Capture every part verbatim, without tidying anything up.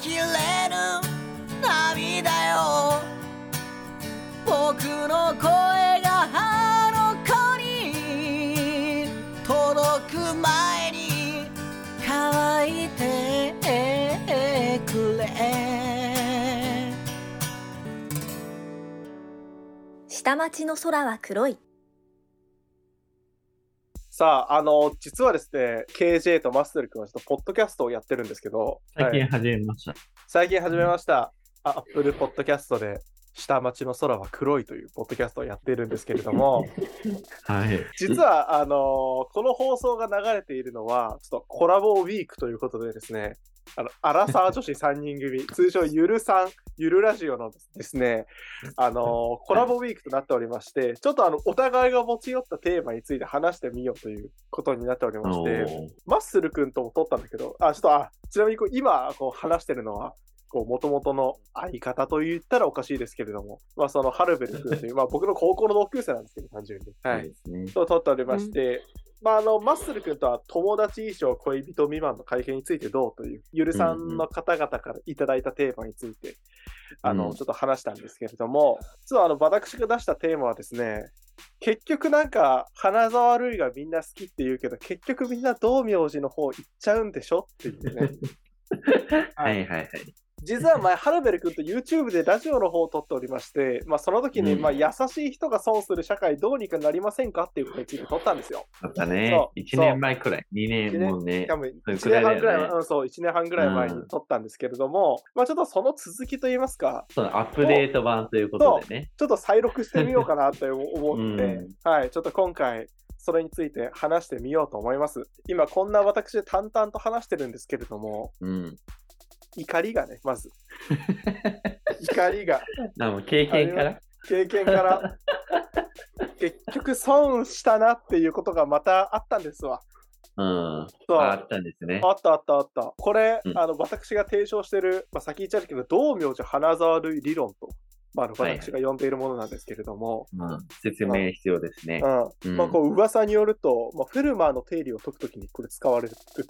きれぬ涙よ、僕の声があの子に届く前に乾いてくれ。 下町の空は黒い。 さあ、あの、実はですね、ケージェー とマッスル君はちょっとポッドキャストをやってるんですけど、 最近はい、 始めました。 最近始めました。あ、アップルポッドキャストで、下町の空は黒いというポッドキャストをやっているんですけれども、 はい。 実は、あのーこの放送が流れているのは、ちょっとコラボウィークということでですね、あの、アラサー女子さんにん組、通称ゆるさん、ゆるラジオのですね、あのーコラボウィークとなっておりまして、ちょっとあの、お互いが持ち寄ったテーマについて話してみようということになっておりまして、マッスル君とも撮ったんだけど、あ、ちょっと、あ、ちなみにこう今こう話してるのは、もともとの相方と言ったらおかしいですけれども、まあそのハルベル君という、まあ僕の高校の同級生なんですけど、単純に。はい。ですね。と撮っておりまして、うん、まああの、マッスル君とは友達以上恋人未満の関係についてどうという、ゆるさんの方々からいただいたテーマについて、うんうん、あの、ちょっと話したんですけれども、実はあの、私が出したテーマはですね、結局なんか、花沢類がみんな好きって言うけど、結局みんな道明寺の方行っちゃうんでしょっていうね。 はいはいはい。 実は前、ハルベル君と YouTube でラジオの方を撮っておりまして、まあ、その時に、まあ、優しい人が損する社会どうにかなりませんかっていうことについて撮ったんですよ。 だったね。いちねんまえくらい。にねんもうね。 多分いちねんはんぐらい、ね、うん、そう、いちねんはんぐらい前に撮ったんですけれども、うん、まあ、ちょっとその続きといいますか。 そう、アップデート版ということでね。 ちょっと再録してみようかなと思って、うん、はい、ちょっと今回、それについて話してみようと思います。今、こんな私で淡々と話してるんですけれども、うん、怒りがね、まず。怒りが。 あ、もう経験から経験から。結局損したなっていうことがまたあったんですわ。 うん。そうあったんですね。 あったあったあった。これ、うん、あの、私が提唱してる、まあ、先言っちゃうけど、道明寺花沢類理論と。まあ、あの私が呼んでいるものなんですけれども、 はいはい、うん、説明必要ですね。 うんうんまあ、こう噂によると、まあ、フェルマーの定理を解くときにこれ使われるっていう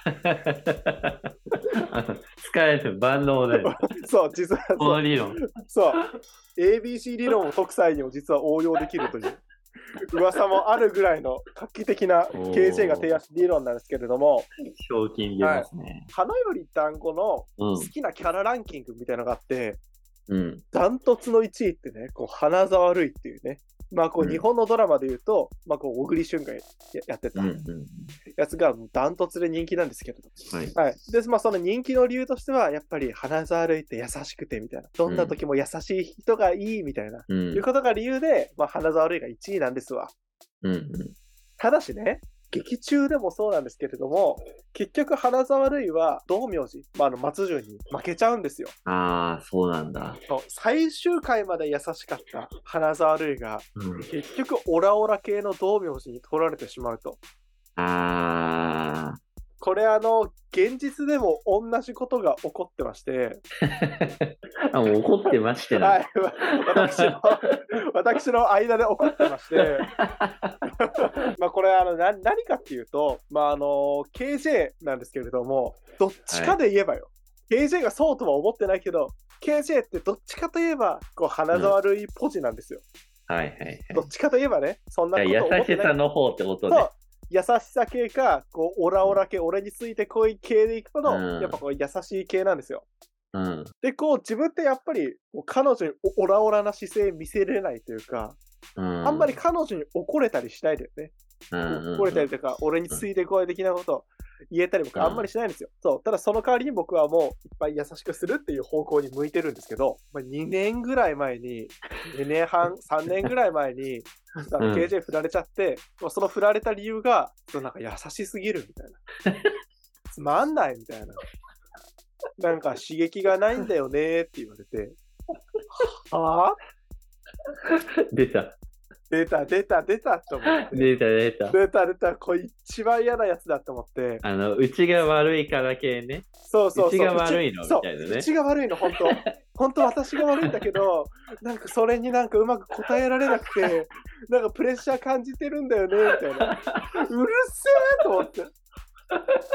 使える万能だよ。 そう、実はそうこの理論。 そう、エービーシー 理論を解く際にも実は応用できるという噂もあるぐらいの画期的な ケージェー が提案した理論なんですけれども、 ひょうきん出ますね、はい。 花より団子の好きなキャラランキングみたいなのがあって、 うん、 ダントツのいちいってね、こう花沢類っていうね、まあこう日本のドラマで言うと、うん、まあこう小栗旬が や, やってたやつがダントツで人気なんですけれど、はいはい、でまあその人気の理由としてはやっぱり花沢類って優しくてみたいな、どんな時も優しい人がいいみたいな、うん、いうことが理由で、まあ、花沢類がいちいなんですわ、 うんうん、 ただしね、劇中でもそうなんですけれども、結局花沢類は道明寺、まあ、あの松潤に負けちゃうんですよ。 ああ、そうなんだ。 最終回まで優しかった花沢類が、うん、結局オラオラ系の道明寺に取られてしまうと。 ああ。 これあの現実でも同じことが起こってましてあ、もう起こってましてな、 はい、私の私の間で起こってましてまあこれあのな何かっていうと、まああの ケージェー なんですけれども、どっちかで言えばよ、はい、ケージェー がそうとは思ってないけど ケージェー ってどっちかといえばこう花沢類ポジなんですよ、 うん、はいはいはい、 どっちかといえばね、そんなこと思ってない。 優しさの方ってことね。 そう、優しさ系か、こうオラオラ系、うん、俺についてこい系でいくとの、うん、やっぱこう優しい系なんですよ。 うん、でこう自分ってやっぱり彼女にオラオラな姿勢見せれないというか、うん、あんまり彼女に怒れたりしないだよね。うん、怒れたりとか、うん、俺についてこい的なこと言えたりもあんまりしないんですよ、うん、そう。ただその代わりに僕はもういっぱい優しくするっていう方向に向いてるんですけど、まあ、にねんぐらい前ににねんはんさんねんぐらい前にあの ケージェー 振られちゃって、うん、その振られた理由がそのなんか優しすぎるみたいなつまんないみたいな、なんか刺激がないんだよねって言われてはぁ出た出た出た出たと思って出た出た出た出た、これ一番嫌なやつだと思って、 あのうちが悪いから系ね。 そうそうそう、 うちが悪いのみたいなね。 うちが悪いの、本当本当私が悪いんだけど、なんかそれになんかうまく答えられなくて、なんかプレッシャー感じてるんだよねみたいな、うるせえと思って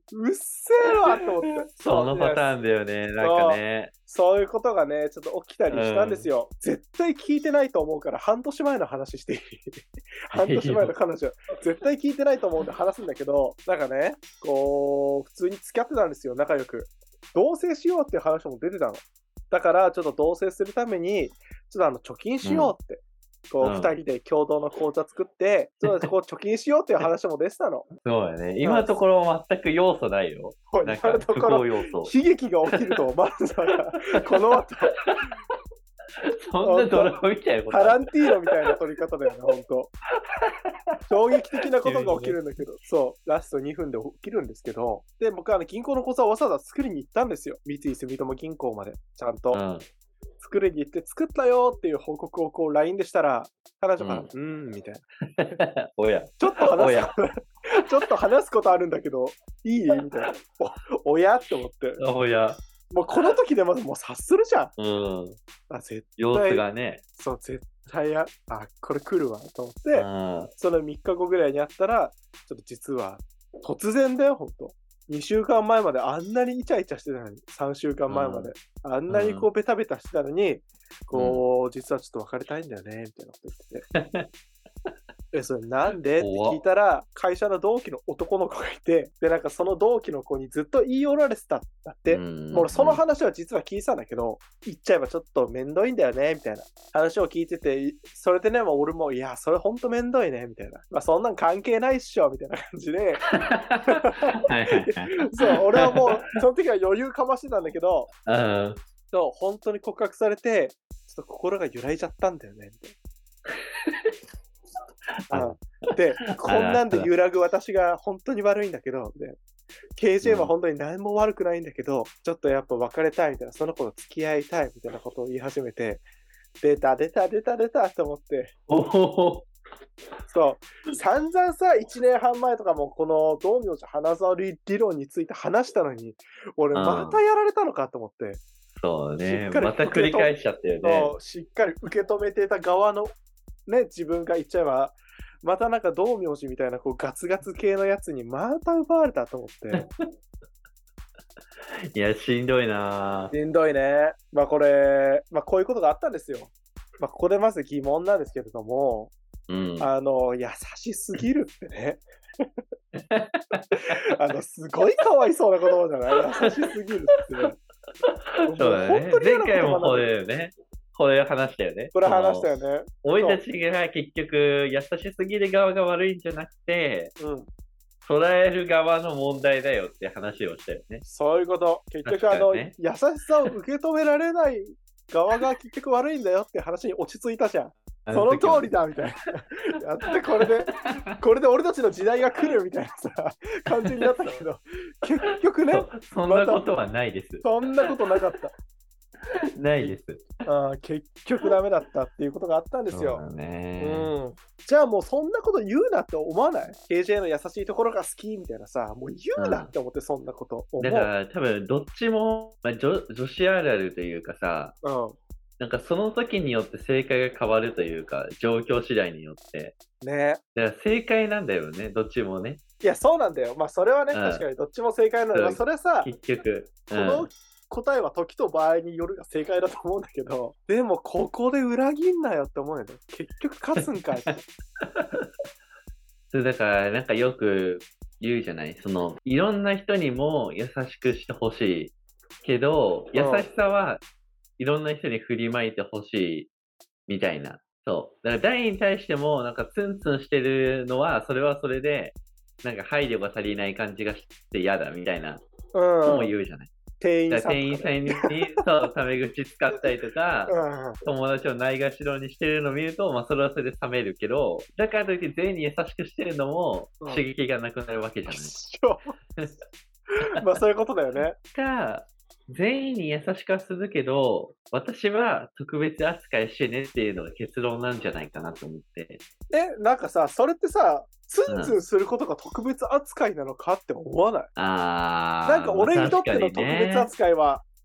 うっせえわと思って。 そのパターンだよね、なんかね。 そういうことがね、ちょっと起きたりしたんですよ。うん、絶対聞いてないと思うから、半年前の話していい半年前の彼女、絶対聞いてないと思うんで話すんだけど、なんかね、こう、普通に付き合ってたんですよ、仲良く。同棲しようっていう話も出てたの。だから、ちょっと同棲するために、ちょっとあの、貯金しようって。うんこう、二、うん、人で共同の口座作って、ちょっとこう貯金しようっていう話も出てたの。 そうだね。今のところ全く要素ないよ。なんか不幸要素。 悲劇が起きると、まずは、この後。 そんなドラマみたいなことタランティーノみたいな撮り方だよね、ほんと。衝撃的なことが起きるんだけど、そう、ラストにふんで起きるんですけど、で、僕は銀行の口座をわざわざ作りに行ったんですよ。三井住友銀行まで、ちゃんと。うん作りに行って作ったよっていう報告をこう ライン でしたら彼女から、うん、うーんみたいな。 おや。 ちょっと話すちょっと話すことあるんだけど、いいみたいな。お、おやって思って。 おや。 もうこの時でまずもう察するじゃん。 うん。 あ、絶対。 様子がね。 そう、絶対や、あ、これ来るわと思って、うん、そのみっかごぐらいにあったら、ちょっと実は突然だよ、ほんと。にしゅうかんまえまであんなにイチャイチャしてたのに、さんしゅうかんまえまで、うん、あんなにこうベタベタしてたのに、うん、こう、実はちょっと別れたいんだよね、みたいなこと言ってて。え、それなんでって聞いたら、会社の同期の男の子がいて、で、なんかその同期の子にずっと言い寄られてたんだって。うん、もうその話は実は聞いてたんだけど、言っちゃえばちょっとめんどいんだよね、みたいな話を聞いてて、それでね、もう俺も、いや、それほんとめんどいね、みたいな。まあそんなん関係ないっしょ、みたいな感じで。そう、俺はもう、その時は余裕かましてたんだけど、 うん、 そう、本当に告白されて、ちょっと心が揺らいじゃったんだよね、みたいな。うん、で、こんなんで揺らぐ私が本当に悪いんだけど、で ケージェー は本当に何も悪くないんだけど、うん、ちょっとやっぱ別れたいみたいな、その子と付き合いたいみたいなことを言い始めて、出た出た出た出たと思って。 おおそう、散々さ、いちねんはんまえとかもこの道明寺花沢理論について話したのに、俺またやられたのかと思って。うん、 そうね、また繰り返しちゃったよね。 しっかり受け止めてた側のね、自分が言っちゃえば、またなんか道明寺みたいなこうガツガツ系のやつにまた奪われたと思って。 いや、しんどいなしんどいね。まあこれ、まあこういうことがあったんですよ。まあここでまず疑問なんですけれども、うん、あの、優しすぎるってね。あの、すごいかわいそうな言葉じゃない優しすぎるってね。 そうだね。前回もこれよね。これ話したよね。 これ話したよね。 俺たちが結局、優しすぎる側が悪いんじゃなくて、うん、捉える側の問題だよって話をしたよね。 そういうこと。結局、あの、ね、優しさを受け止められない側が結局悪いんだよって話に落ち着いたじゃん。その通りだみたいな。やってこれで、これで俺たちの時代が来るみたいなさ、感じになったけど、結局ねそ。そんなことはないです。 ま、そんなことなかった。 ないです。 あ結局ダメだったっていうことがあったんですよ。 そうだね、 うん。じゃあもうそんなこと言うなって思わない？ ケージェー の優しいところが好きみたいなさ、もう言うなって思って、そんなこと思う。 だから多分どっちも、まあ、女, 女子あるあるというかさ、うん、なんかその時によって正解が変わるというか、状況次第によって。 ね。 だから正解なんだよね、どっちもね。 いや、そうなんだよ。まあそれはね、うん、確かにどっちも正解なんだけど、それさ、 結局。 うん、この答えは時と場合によるが正解だと思うんだけど、でもここで裏切んなよって思うよね。結局勝つんかいって。 そうだからなんかよく言うじゃない、そのいろんな人にも優しくしてほしいけど、優しさはいろんな人に振りまいてほしいみたいな。そうだから誰に対してもなんかツンツンしてるのはそれはそれでなんか配慮が足りない感じがして嫌だみたいなのも言うじゃない。 店員さん、 ね、店員さんにそうタメ口使ったりとか、うん、友達をないがしろにしてるのを見ると、まあ、それはそれで冷めるけど、だからといって全員に優しくしてるのも刺激がなくなるわけじゃない。 うん、まあそういうことだよね。 か全員に優しくはするけど、私は特別扱いしてねっていうのが結論なんじゃないかなと思って。 え、なんかさ、それってさ、ツンツンすることが特別扱いなのかって思わない？ あなんか俺にとっての特別扱いは、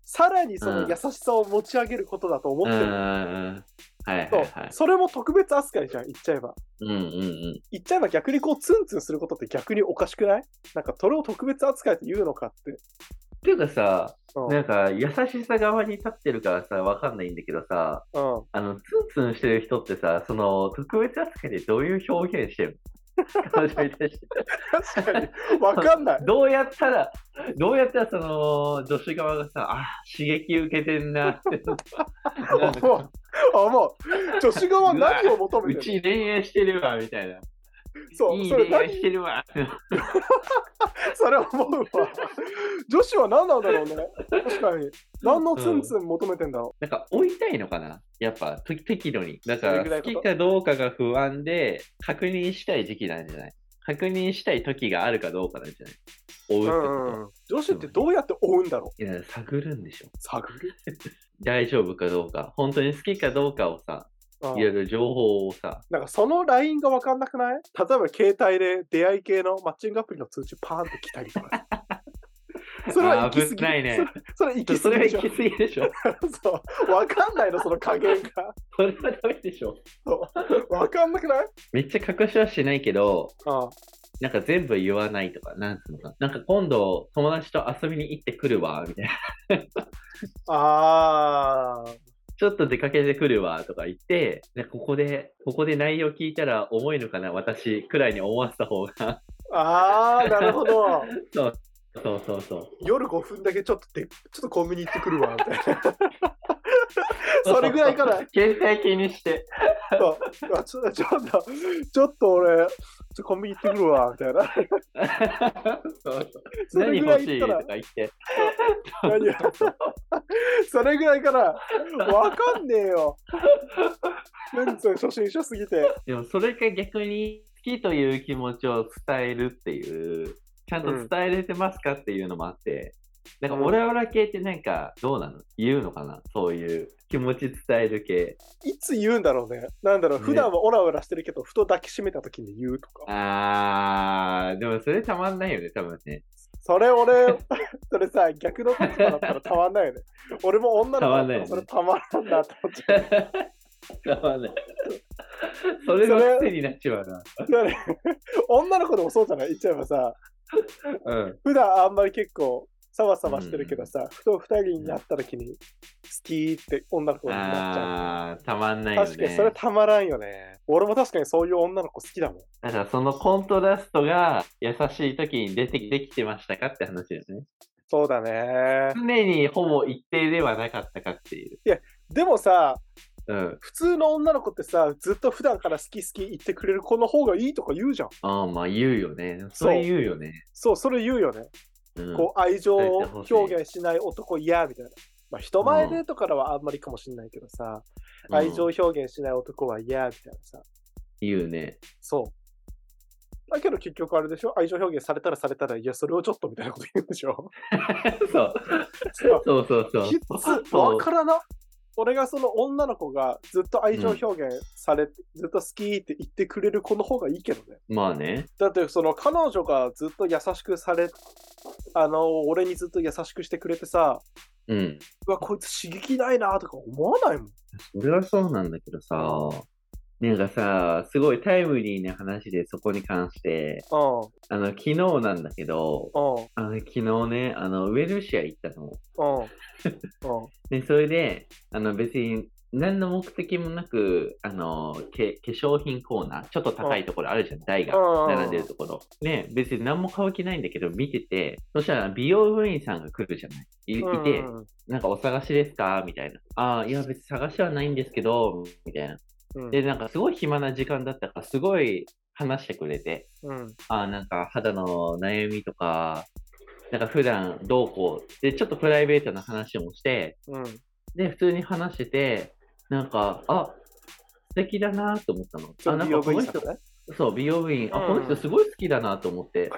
さらにそのうん優しさを持ち上げることだと思うん。うん。 ってる。 はいはいそうはい。 それも特別扱いじゃん、言っちゃえば。 うんうんうん。 言っちゃえば逆にこうツンツンすることって逆におかしくない？なんかそれを特別扱いって言うのかって。 っていうかさ、 うんなんか優しさ側に立ってるからさ、わかんないんだけどさ、 うんあの、ツンツンしてる人ってさ、その、特別扱いでどういう表現してるの？彼女に対して。 確かに、わかんない。 どうやったら、どうやったらその、女子側がさ、あ、刺激受けてんなって。なんか思う。思う。女子側は何を求めうてるち恋愛してるわ、みたいな。 の？そう、 いいそれ恋愛何してるわ。 それ思うわ。女子は何なんだろうね。確かに。何のツンツン求めてんだろなんか追いたいのかなやっぱ、と適度に。だかそれぐらいことら好きかどうかが不安で、確認したい時期なんじゃない？確認したい時があるかどうかなんじゃない？追うう。 ってこと。 うんうん。女子ってどうやって追うんだろう？ いや、探るんでしょ。 探る？ 大丈夫かどうか。本当に好きかどうかをさ、 うんいろいろ情報をさ、 なんかそのラインが分かんなくない？例えば携帯で出会い系のマッチングアプリの通知パーンと来たりとか。それは行き過ぎ。 危ないねそれそれ行きそれは過ぎでしょ。 行き過ぎでしょ。 そう。分かんないの、その加減が。 それはダメでしょ。 そう。分かんなくない？ めっちゃ隠しはしないけど、 あなんか全部言わないとか、なんつうのかな。なんか今度友達と遊びに行ってくるわ、みたいな。 あー。 ちょっと出かけてくるわ、とか言って、ね、ここで、ここで内容聞いたら重いのかな、私くらいに思わせた方が。 あー、なるほど。 そうそうそうそう。 夜ごふんだけちょっとで、ちょっとコンビニ行ってくるわ、みたいな。それぐらいかな。 携帯気にして。 そうあちょちょっと、ちょっと俺、ちょっとコンビニ行ってくるわ、みたいな。 そうそうそれぐら何欲しいい言ったらとか言って。 何やそれぐらいから、わかんねえよ。全然初心者すぎて。 でもそれが逆に好きという気持ちを伝えるっていう、ちゃんと伝えれてますかっていうのもあって、なんかオラオラ系ってなんかどうなの？言うのかな？そういう気持ち伝える系。 いつ言うんだろうね。なんだろう、 ね普段はオラオラしてるけど、ふと抱きしめた時に言うとか。 あー、でもそれたまんないよね、多分ね。 それ俺、それさ、逆の立場だったらたまんないよね。俺も女の子だったらそれたまらんなって思っちゃう。 たまんない。それの癖になっちまうな。 だから女の子でもそうじゃない？言っちゃえばさ、 うん。 普段あんまり結構サバサバしてるけどさ、ふと二人になった時に好きって女の子になっちゃあー、たまんなう。 いよね。 確かにそれたまらんよね。俺も確かにそういう女の子好きだもん。 だからそのコントラストが優しい時に出てできてましたかって話ですね。 そうだね。 常にほぼ一定ではなかったかっていう。 でもさ、 うん。 普通の女の子ってさ、ずっと普段から好き好き言ってくれる子の方がいいとか言うじゃん。 ああ、まあ言うよね。それ言うよね。 そう、それ言うよね。 うん、 こう、愛情をそう言ってほしい表現しない男嫌みたいな。まあ、人前でとかからはあんまりかもしれないけどさ、 うん愛情表現しない男は嫌みたいなさ。 言うね。 そう。だけど結局あれでしょ？愛情表現されたらされたら、いや、それをちょっとみたいなこと言うんでしょ？ そう。 そうそうそうそう。 きつそうわからな。俺がその女の子がずっと愛情表現され、ずっと好きって言ってくれる子の方がいいけどね。 まあね。 だってその彼女がずっと優しくされ、あの、俺にずっと優しくしてくれてさ、 うん。 うわ、こいつ刺激ないなとか思わないもん。 それはそうなんだけどさ、なんかさ、すごいタイムリーな話でそこに関して、 うあの、昨日なんだけど、 ん、うん、 あの昨日ね、あの、ウェルシア行ったの。 うん、うん。 で、それで、あの、別に何の目的もなく、あの、け化粧品コーナー、ちょっと高いところあるじゃん、台が並んでるところ。ね、別に何も買う気ないんだけど、見てて、そしたら美容部員さんが来るじゃない。いいて、 うんなんかお探しですかみたいな。ああ、いや別に探しはないんですけど、みたいな。 うん、 で、なんかすごい暇な時間だったから、すごい話してくれて、 うん、 ああ、なんか肌の悩みとか、なんか普段どうこう、で、ちょっとプライベートな話もして、 うん。 で、普通に話してて、なんか、あ、素敵だなと思ったの。あ、なんかこの人、 ね。 そう、美容部員、あ、 うんこの人すごい好きだなと思って。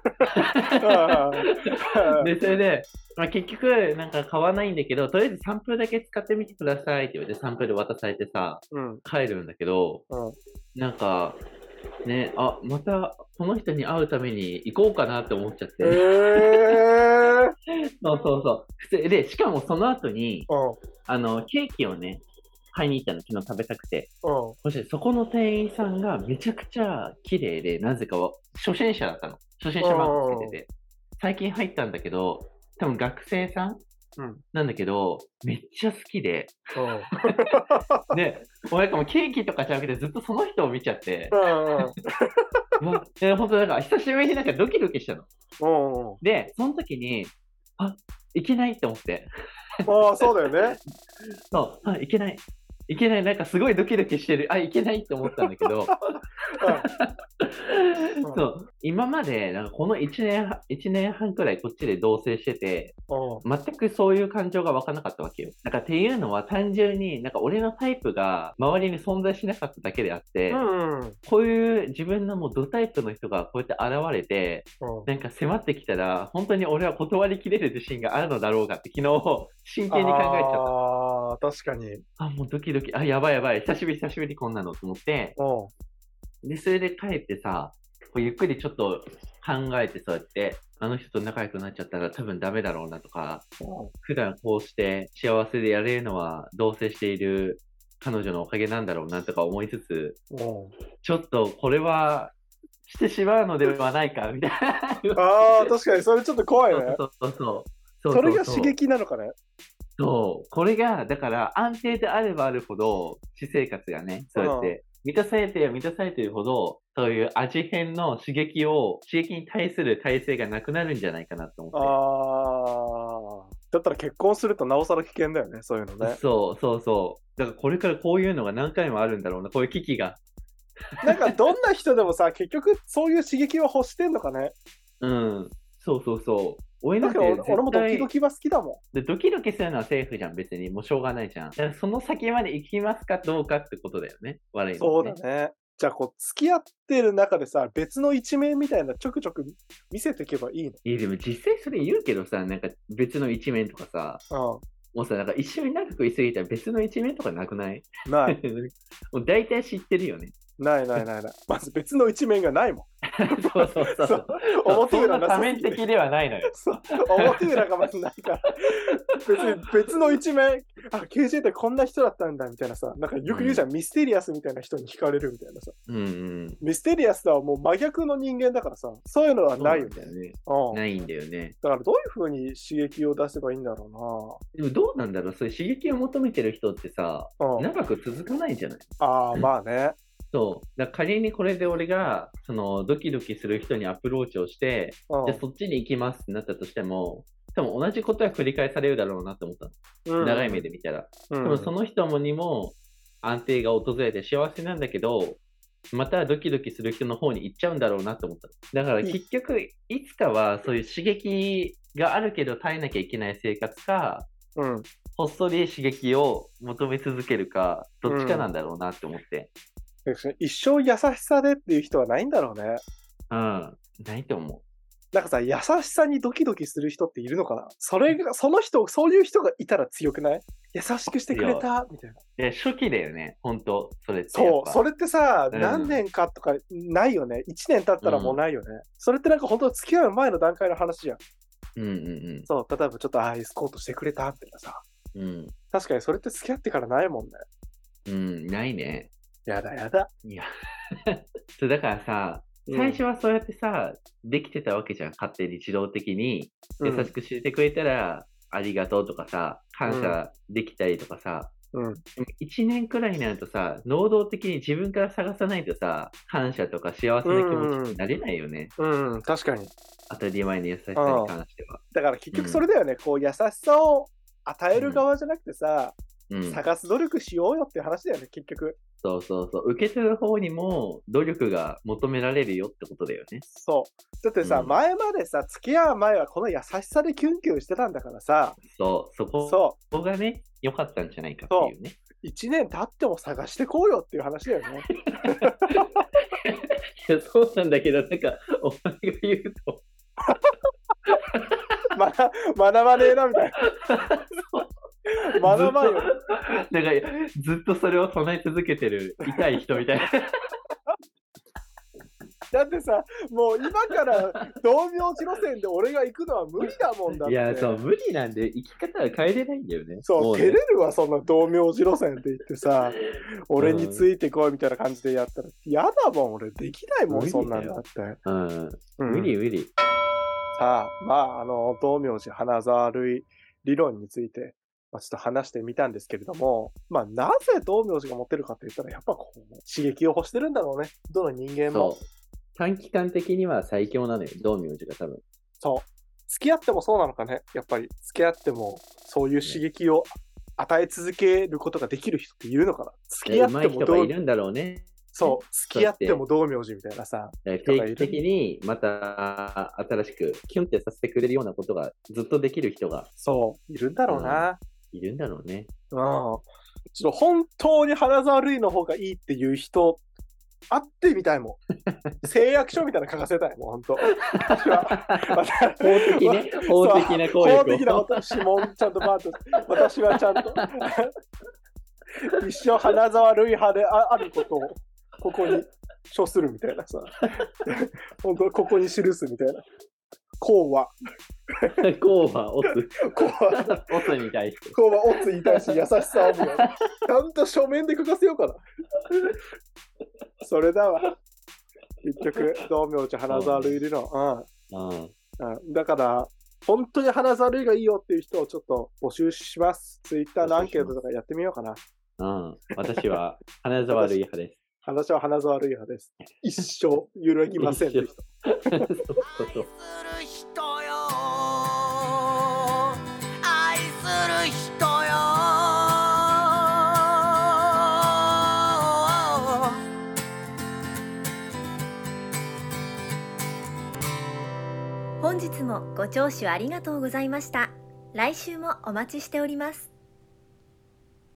うんで、それで、まあ、結局、なんか買わないんだけど、とりあえずサンプルだけ使ってみてくださいって言われて、サンプル渡されてさ、 うん、 帰るんだけど、 うん。 なんか、ね、あ、またその人に会うために行こうかなって思っちゃって。 えー、 そうそうそう。普通で、しかもその後に、 うんあの、ケーキをね、買いに行ったの、昨日食べたくて。 うんそしてそこの店員さんがめちゃくちゃ綺麗で、なぜかは、初心者だったの。初心者マークつけてて。最近入ったんだけど、多分学生さんうんなんだけど、めっちゃ好きで。 うんで、俺なんかもうケーキとかじゃなくてずっとその人を見ちゃって。 うんうわえ本当なんか久しぶりになんかドキドキしたの。 うんうんで、その時に、あ、いけないって思って。 ああ、そうだよね。 そう、あ、いけない。いけない。なんかすごいドキドキしてる。あ、いけないって思ったんだけど、そう、今まで、なんかこのいちねんはん、一年半くらいこっちで同棲してて、 うん全くそういう感情が湧かなかったわけよ。なんかっていうのは単純に、なんか俺のタイプが周りに存在しなかっただけであって、 うんうんこういう自分のもうドタイプの人がこうやって現れて、 うんなんか迫ってきたら、本当に俺は断りきれる自信があるのだろうかって昨日真剣に考えちゃった。 ああ、確かに。 あ、もうドキドキ、あ、やばいやばい、久しぶり久しぶりこんなのと思って、 うんで、それで帰ってさ、こうゆっくりちょっと考えてそうやって、あの人と仲良くなっちゃったら多分ダメだろうなとか、普段こうして幸せでやれるのは同棲している彼女のおかげなんだろうなとか思いつつ、 うんちょっとこれはしてしまうのではないかみたいな。 ああ、確かにそれちょっと怖いね。 そうそうそうそうそう。 それが刺激なのかね。 そう。これが、だから安定であればあるほど、私生活がね、そうやって満たされて満たされているほど、そういう味変の刺激を、刺激に対する耐性がなくなるんじゃないかなと思って。 ああ。だったら結婚するとなおさら危険だよね、そういうのね。 そうそうそう。だからこれからこういうのが何回もあるんだろうな、こういう危機が。 なんかどんな人でもさ、結局そういう刺激を欲してんのかね。 うん。そうそうそう。俺なんてだから俺絶対俺もドキドキは好きだもでドキドキするのはセーフじゃん、別に。もうしょうがないじゃん。だからその先まで行きますかどうかってことだよね。悪いん。 のはね。 そうだね。じゃあこう付き合ってる中でさ、別の一面みたいなちょくちょく見せていけばいいの。 いやでも実際それ言うけどさ、なんか別の一面とかさ、 うもうさ、なんか一緒に長くいすぎたら別の一面とかなくないん。ない。 もう大体知ってるよね。 ないないないない。まず別の一面がないもん。 そうそうそう。 そう表表裏裏多面なさすぎて的ではないのよ。 そう表裏がまずないから。別に別の一面、あ、ケージェー ってこんな人だったんだみたいなさ、なんかよく言うじゃん、ミステリアスみたいな人に惹かれるみたいなさ。 うんうん。 ミステリアスとはもう真逆の人間だからさ、そういうのはないよね。 そうなんだよね。 うん。 ないんだよね。 だからどういう風に刺激を出せばいいんだろでもどうなんだろう、そういう刺激を求めてる人ってさ、 うな。うん。 長く続かないんじゃない？ ああ、まあね。 そう。だから仮にこれで俺が、そのドキドキする人にアプローチをして、 うんじゃあそっちに行きますってなったとしても、多分同じことは繰り返されるだろうなって思ったの。 うん長い目で見たら。 うん多分その人もにも安定が訪れて幸せなんだけど、またドキドキする人の方に行っちゃうんだろうなって思ったの。だから結局、いつかはそういう刺激があるけど耐えなきゃいけない生活か、 うん。 ほっそり刺激を求め続けるか、どっちかなんだろうなって思って。 一生優しさでっていう人はないんだろうね。 うん。ないと思なんかさ、優しさにドキドキする人っているのかな。それが、その人、そういう人がいたら強くない？優しくしてくれたみたいな。 う。で、初期だよね、本当それってやっそう、 ぱ。 それってさ、 うん何年かとかないよね。いちねん経ったらもうないよね。それってなんか本当付き合う前の段階の話じゃん。 うんうんそう、例えばちょっとああ、エスコートしてくれたみたいなさ。 うん。うん。 確かにそれって付き合ってからないもんね。 うん、ないね。 やだやだ。 いや。そうだからさ、最初はそうやってさ、できてたわけじゃん。勝手に自動的に。優しくしてくれたら、ありがとうとかさ、感謝できたりとかさ。 うん。 でもいちねんくらいになるとさ、能動的に自分から探さないとさ、感謝とか幸せな気持ちになれないよね。 うん、うん、確かに。 当たり前の優しさに関しては。 だから結局それだよね。こう優しさを与える側じゃなくてさ、 うん。 探す努力しようよっていう話だよね、結局。 そうそうそう。受け取る方にも努力が求められるよってことだよね。 そう。だってさ、 うん前までさ、付き合う前はこの優しさでキュンキュンしてたんだからさ、 そう、そこそそこがね、良かったんじゃないかっていうね。 う、いちねん経っても探してこうよっていう話だよね。 いや、そうなんだけど、なんか、お前が言うと、 まだ学ばねえなみたいな。学ばんよ。 ずっとなんか、ずっとそれを唱え続けてる痛い人みたいな。 だだってさ、もう今から道明寺路線で俺が行くのは無理だもんだって。 いや、そう、無理なんで、生き方は変えれないんだよね。 そう、 ね、 照れるわ、そんな道明寺路線って言ってさ、俺についてこいみたいな感じでやったら、嫌だもん、俺できないもん、そんなんだって。 うん。 うん、 無理無理。 さあ、まあ、あの、道明寺花沢類理論について、まあ、ちょっと話してみたんですけれども、まあ、なぜ道明寺が持ってるかって言ったら、やっぱこう、刺激を欲してるんだろうね。どの人間も。 そう。短期間的には最強なのよ、道明寺が多分。 そう。付き合ってもそうなのかね。やっぱり、付き合っても、そういう刺激を与え続けることができる人っているのかな。付き合っても上手い人がいるんだろうね。 そう。付き合っても道明寺みたいなさ。 定期的にまた新しくキュンってさせてくれるようなことがずっとできる人が。 そう。いるんだろうな。 うん、いるんだろうね。 うん。ちょっと本当に花沢類の方がいいっていう人、会ってみたいもん。誓約書みたいなの書かせたいもん、本当。私は。 法的ね、法的な行為を。 法的なこと、指紋ちゃんとバーッと。私はちゃんと。一生花沢類派であることを、ここに書するみたいなさ。本当ここに記すみたいな。こうは。 こうは、オツ。 こうは、 オツに対して。 こうは、オツに対して優しさを見よう。ちゃんと書面で書かせようかな。それだわ。結局、道明寺花沢類理論。うん。うん。だから、本当に花沢類がいいよっていう人をちょっと募集します。ツイッターのアンケートとかやってみようかな。 うん。私は花沢類派です。 私は花沢類派です。一生揺るぎませんって人。 そうそうそう。 愛する人よ。 本日もご聴取ありがとうございました。来週もお待ちしております。